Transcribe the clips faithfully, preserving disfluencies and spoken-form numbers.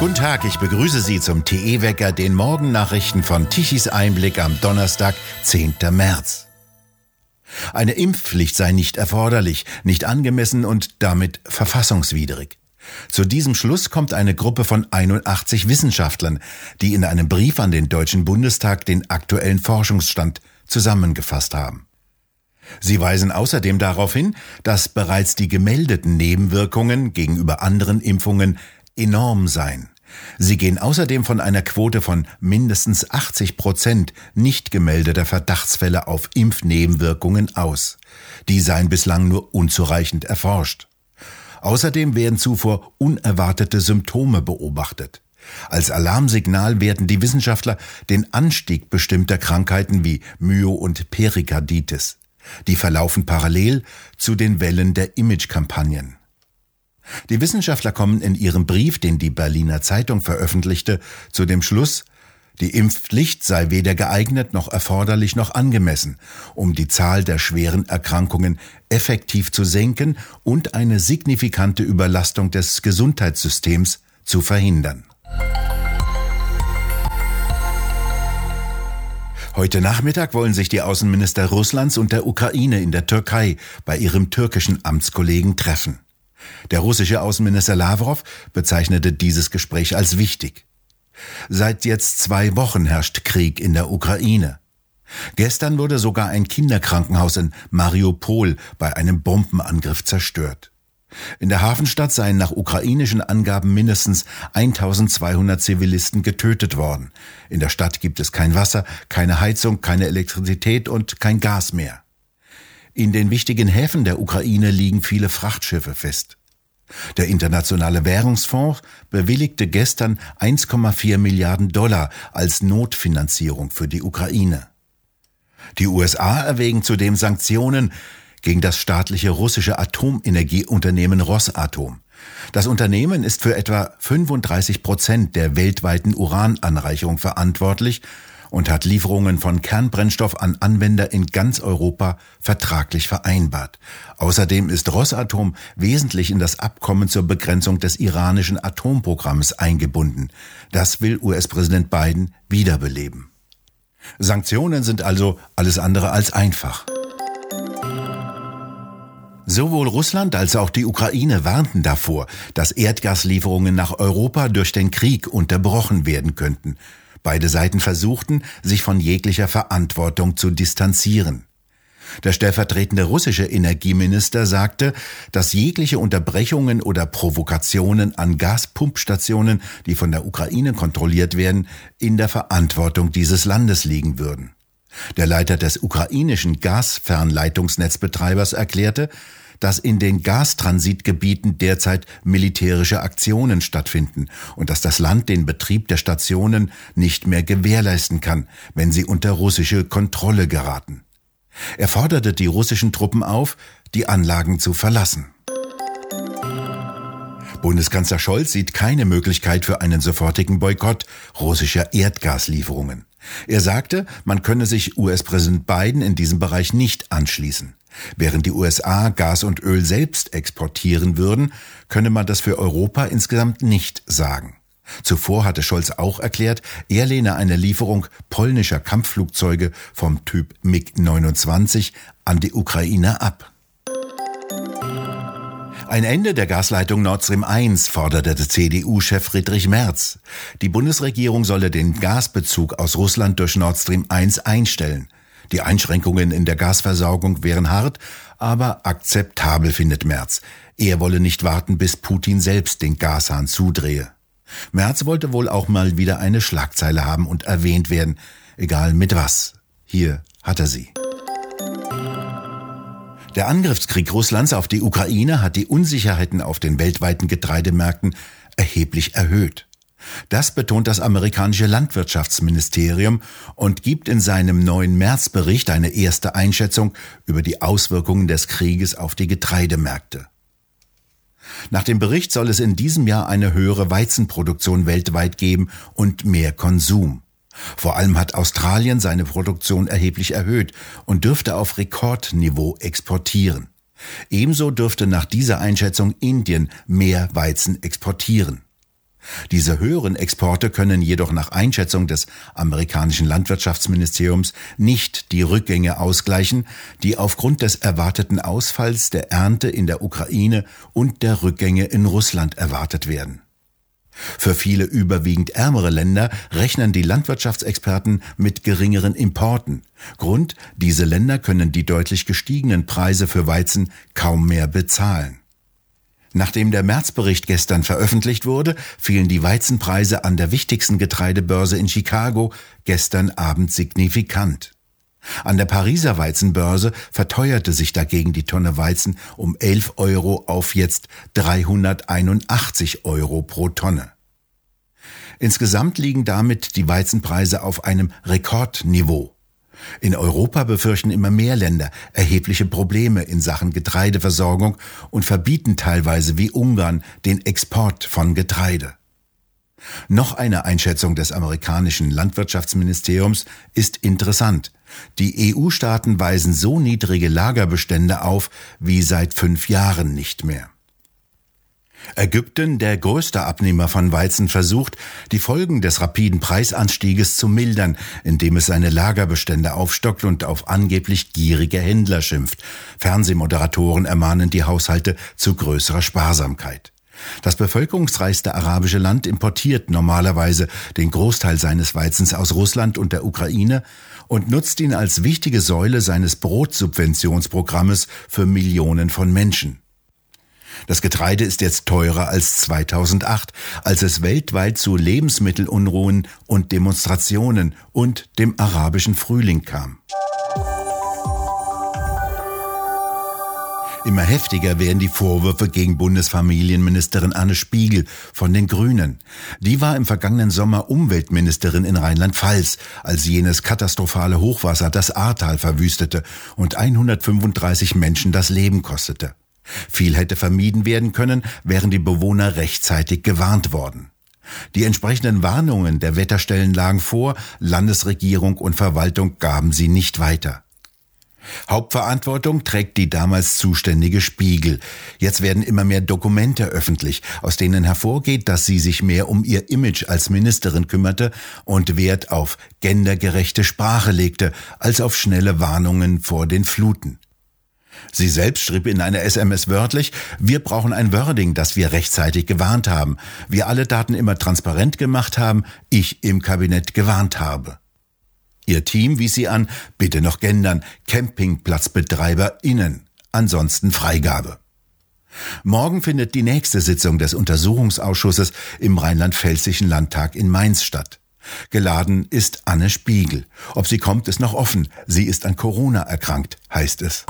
Guten Tag, ich begrüße Sie zum T E-Wecker, den Morgennachrichten von Tichys Einblick am Donnerstag, zehnten März. Eine Impfpflicht sei nicht erforderlich, nicht angemessen und damit verfassungswidrig. Zu diesem Schluss kommt eine Gruppe von einundachtzig Wissenschaftlern, die in einem Brief an den Deutschen Bundestag den aktuellen Forschungsstand zusammengefasst haben. Sie weisen außerdem darauf hin, dass bereits die gemeldeten Nebenwirkungen gegenüber anderen Impfungen enorm seien. Sie gehen außerdem von einer Quote von mindestens achtzig Prozent nicht gemeldeter Verdachtsfälle auf Impfnebenwirkungen aus. Die seien bislang nur unzureichend erforscht. Außerdem werden zuvor unerwartete Symptome beobachtet. Als Alarmsignal werten die Wissenschaftler den Anstieg bestimmter Krankheiten wie Myo- und Perikarditis. Die verlaufen parallel zu den Wellen der Imagekampagnen. Die Wissenschaftler kommen in ihrem Brief, den die Berliner Zeitung veröffentlichte, zu dem Schluss, die Impfpflicht sei weder geeignet noch erforderlich noch angemessen, um die Zahl der schweren Erkrankungen effektiv zu senken und eine signifikante Überlastung des Gesundheitssystems zu verhindern. Heute Nachmittag wollen sich die Außenminister Russlands und der Ukraine in der Türkei bei ihrem türkischen Amtskollegen treffen. Der russische Außenminister Lawrow bezeichnete dieses Gespräch als wichtig. Seit jetzt zwei Wochen herrscht Krieg in der Ukraine. Gestern wurde sogar ein Kinderkrankenhaus in Mariupol bei einem Bombenangriff zerstört. In der Hafenstadt seien nach ukrainischen Angaben mindestens eintausendzweihundert Zivilisten getötet worden. In der Stadt gibt es kein Wasser, keine Heizung, keine Elektrizität und kein Gas mehr. In den wichtigen Häfen der Ukraine liegen viele Frachtschiffe fest. Der Internationale Währungsfonds bewilligte gestern eins Komma vier Milliarden Dollar als Notfinanzierung für die Ukraine. Die U S A erwägen zudem Sanktionen gegen das staatliche russische Atomenergieunternehmen Rosatom. Das Unternehmen ist für etwa fünfunddreißig Prozent der weltweiten Urananreicherung verantwortlich und hat Lieferungen von Kernbrennstoff an Anwender in ganz Europa vertraglich vereinbart. Außerdem ist Rosatom wesentlich in das Abkommen zur Begrenzung des iranischen Atomprogramms eingebunden. Das will U S-Präsident Biden wiederbeleben. Sanktionen sind also alles andere als einfach. Sowohl Russland als auch die Ukraine warnten davor, dass Erdgaslieferungen nach Europa durch den Krieg unterbrochen werden könnten. Beide Seiten versuchten, sich von jeglicher Verantwortung zu distanzieren. Der stellvertretende russische Energieminister sagte, dass jegliche Unterbrechungen oder Provokationen an Gaspumpstationen, die von der Ukraine kontrolliert werden, in der Verantwortung dieses Landes liegen würden. Der Leiter des ukrainischen Gasfernleitungsnetzbetreibers erklärte, dass in den Gastransitgebieten derzeit militärische Aktionen stattfinden und dass das Land den Betrieb der Stationen nicht mehr gewährleisten kann, wenn sie unter russische Kontrolle geraten. Er forderte die russischen Truppen auf, die Anlagen zu verlassen. Bundeskanzler Scholz sieht keine Möglichkeit für einen sofortigen Boykott russischer Erdgaslieferungen. Er sagte, man könne sich U S-Präsident Biden in diesem Bereich nicht anschließen. Während die U S A Gas und Öl selbst exportieren würden, könne man das für Europa insgesamt nicht sagen. Zuvor hatte Scholz auch erklärt, er lehne eine Lieferung polnischer Kampfflugzeuge vom Typ MiG neunundzwanzig an die Ukraine ab. Ein Ende der Gasleitung Nord Stream eins forderte der C D U-Chef Friedrich Merz. Die Bundesregierung solle den Gasbezug aus Russland durch Nord Stream eins einstellen. Die Einschränkungen in der Gasversorgung wären hart, aber akzeptabel, findet Merz. Er wolle nicht warten, bis Putin selbst den Gashahn zudrehe. Merz wollte wohl auch mal wieder eine Schlagzeile haben und erwähnt werden, egal mit was. Hier hat er sie. Der Angriffskrieg Russlands auf die Ukraine hat die Unsicherheiten auf den weltweiten Getreidemärkten erheblich erhöht. Das betont das amerikanische Landwirtschaftsministerium und gibt in seinem neuen Märzbericht eine erste Einschätzung über die Auswirkungen des Krieges auf die Getreidemärkte. Nach dem Bericht soll es in diesem Jahr eine höhere Weizenproduktion weltweit geben und mehr Konsum. Vor allem hat Australien seine Produktion erheblich erhöht und dürfte auf Rekordniveau exportieren. Ebenso dürfte nach dieser Einschätzung Indien mehr Weizen exportieren. Diese höheren Exporte können jedoch nach Einschätzung des amerikanischen Landwirtschaftsministeriums nicht die Rückgänge ausgleichen, die aufgrund des erwarteten Ausfalls der Ernte in der Ukraine und der Rückgänge in Russland erwartet werden. Für viele überwiegend ärmere Länder rechnen die Landwirtschaftsexperten mit geringeren Importen. Grund: diese Länder können die deutlich gestiegenen Preise für Weizen kaum mehr bezahlen. Nachdem der Märzbericht gestern veröffentlicht wurde, fielen die Weizenpreise an der wichtigsten Getreidebörse in Chicago gestern Abend signifikant. An der Pariser Weizenbörse verteuerte sich dagegen die Tonne Weizen um elf Euro auf jetzt dreihunderteinundachtzig Euro pro Tonne. Insgesamt liegen damit die Weizenpreise auf einem Rekordniveau. In Europa befürchten immer mehr Länder erhebliche Probleme in Sachen Getreideversorgung und verbieten teilweise wie Ungarn den Export von Getreide. Noch eine Einschätzung des amerikanischen Landwirtschaftsministeriums ist interessant. Die E U-Staaten weisen so niedrige Lagerbestände auf wie seit fünf Jahren nicht mehr. Ägypten, der größte Abnehmer von Weizen, versucht, die Folgen des rapiden Preisanstieges zu mildern, indem es seine Lagerbestände aufstockt und auf angeblich gierige Händler schimpft. Fernsehmoderatoren ermahnen die Haushalte zu größerer Sparsamkeit. Das bevölkerungsreichste arabische Land importiert normalerweise den Großteil seines Weizens aus Russland und der Ukraine und nutzt ihn als wichtige Säule seines Brotsubventionsprogrammes für Millionen von Menschen. Das Getreide ist jetzt teurer als zweitausendacht, als es weltweit zu Lebensmittelunruhen und Demonstrationen und dem arabischen Frühling kam. Immer heftiger werden die Vorwürfe gegen Bundesfamilienministerin Anne Spiegel von den Grünen. Die war im vergangenen Sommer Umweltministerin in Rheinland-Pfalz, als jenes katastrophale Hochwasser das Ahrtal verwüstete und hundertfünfunddreißig Menschen das Leben kostete. Viel hätte vermieden werden können, wären die Bewohner rechtzeitig gewarnt worden. Die entsprechenden Warnungen der Wetterstellen lagen vor, Landesregierung und Verwaltung gaben sie nicht weiter. Hauptverantwortung trägt die damals zuständige Spiegel. Jetzt werden immer mehr Dokumente öffentlich, aus denen hervorgeht, dass sie sich mehr um ihr Image als Ministerin kümmerte und Wert auf gendergerechte Sprache legte, als auf schnelle Warnungen vor den Fluten. Sie selbst schrieb in einer S M S wörtlich: Wir brauchen ein Wording, das wir rechtzeitig gewarnt haben. Wir alle Daten immer transparent gemacht haben, ich im Kabinett gewarnt habe. Ihr Team wies sie an, bitte noch gendern, CampingplatzbetreiberInnen, ansonsten Freigabe. Morgen findet die nächste Sitzung des Untersuchungsausschusses im Rheinland-Pfälzischen Landtag in Mainz statt. Geladen ist Anne Spiegel. Ob sie kommt, ist noch offen. Sie ist an Corona erkrankt, heißt es.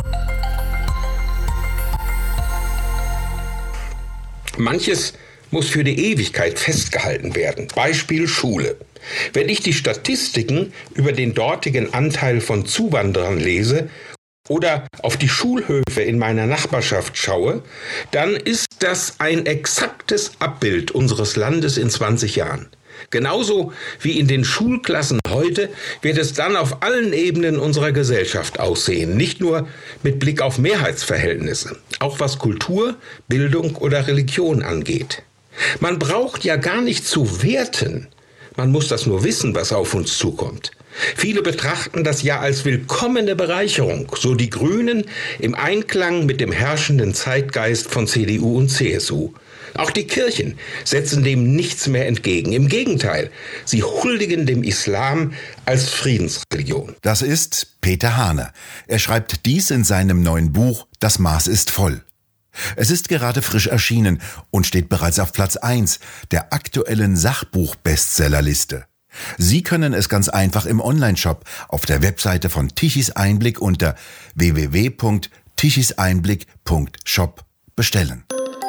Manches muss für die Ewigkeit festgehalten werden. Beispiel Schule. Wenn ich die Statistiken über den dortigen Anteil von Zuwanderern lese oder auf die Schulhöfe in meiner Nachbarschaft schaue, dann ist das ein exaktes Abbild unseres Landes in zwanzig Jahren. Genauso wie in den Schulklassen heute wird es dann auf allen Ebenen unserer Gesellschaft aussehen, nicht nur mit Blick auf Mehrheitsverhältnisse, auch was Kultur, Bildung oder Religion angeht. Man braucht ja gar nicht zu werten, man muss das nur wissen, was auf uns zukommt. Viele betrachten das ja als willkommene Bereicherung, so die Grünen im Einklang mit dem herrschenden Zeitgeist von C D U und C S U. Auch die Kirchen setzen dem nichts mehr entgegen. Im Gegenteil, sie huldigen dem Islam als Friedensreligion. Das ist Peter Hahne. Er schreibt dies in seinem neuen Buch »Das Maß ist voll«. Es ist gerade frisch erschienen und steht bereits auf Platz eins der aktuellen Sachbuch-Bestsellerliste. Sie können es ganz einfach im Onlineshop auf der Webseite von Tichys Einblick unter w w w punkt tichys einblick punkt shop bestellen.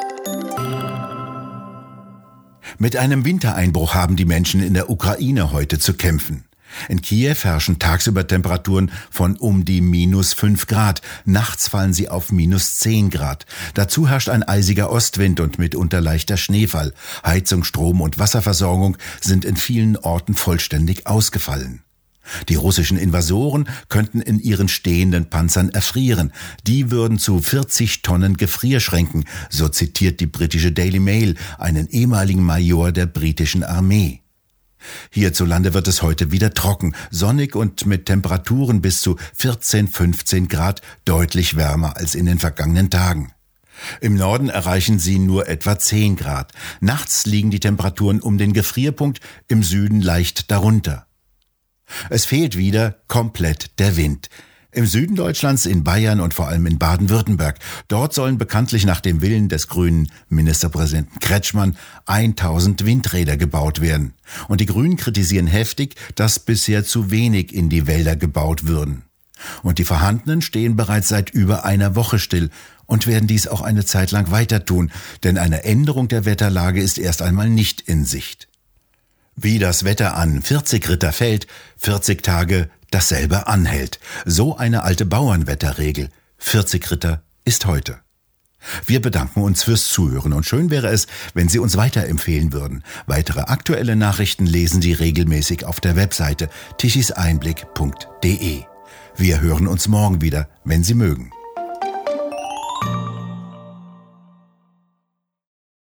Mit einem Wintereinbruch haben die Menschen in der Ukraine heute zu kämpfen. In Kiew herrschen tagsüber Temperaturen von um die minus fünf Grad, nachts fallen sie auf minus zehn Grad. Dazu herrscht ein eisiger Ostwind und mitunter leichter Schneefall. Heizung, Strom und Wasserversorgung sind in vielen Orten vollständig ausgefallen. Die russischen Invasoren könnten in ihren stehenden Panzern erfrieren. Die würden zu vierzig Tonnen Gefrierschränken, so zitiert die britische Daily Mail einen ehemaligen Major der britischen Armee. Hierzulande wird es heute wieder trocken, sonnig und mit Temperaturen bis zu vierzehn, fünfzehn Grad, deutlich wärmer als in den vergangenen Tagen. Im Norden erreichen sie nur etwa zehn Grad. Nachts liegen die Temperaturen um den Gefrierpunkt, im Süden leicht darunter. Es fehlt wieder komplett der Wind. Im Süden Deutschlands, in Bayern und vor allem in Baden-Württemberg. Dort sollen bekanntlich nach dem Willen des grünen Ministerpräsidenten Kretschmann tausend Windräder gebaut werden. Und die Grünen kritisieren heftig, dass bisher zu wenig in die Wälder gebaut würden. Und die vorhandenen stehen bereits seit über einer Woche still und werden dies auch eine Zeit lang weiter tun, denn eine Änderung der Wetterlage ist erst einmal nicht in Sicht. Wie das Wetter an vierzig Ritter fällt, vierzig Tage dasselbe anhält. So eine alte Bauernwetterregel. vierzig Ritter ist heute. Wir bedanken uns fürs Zuhören und schön wäre es, wenn Sie uns weiterempfehlen würden. Weitere aktuelle Nachrichten lesen Sie regelmäßig auf der Webseite tichiseinblick punkt de. Wir hören uns morgen wieder, wenn Sie mögen.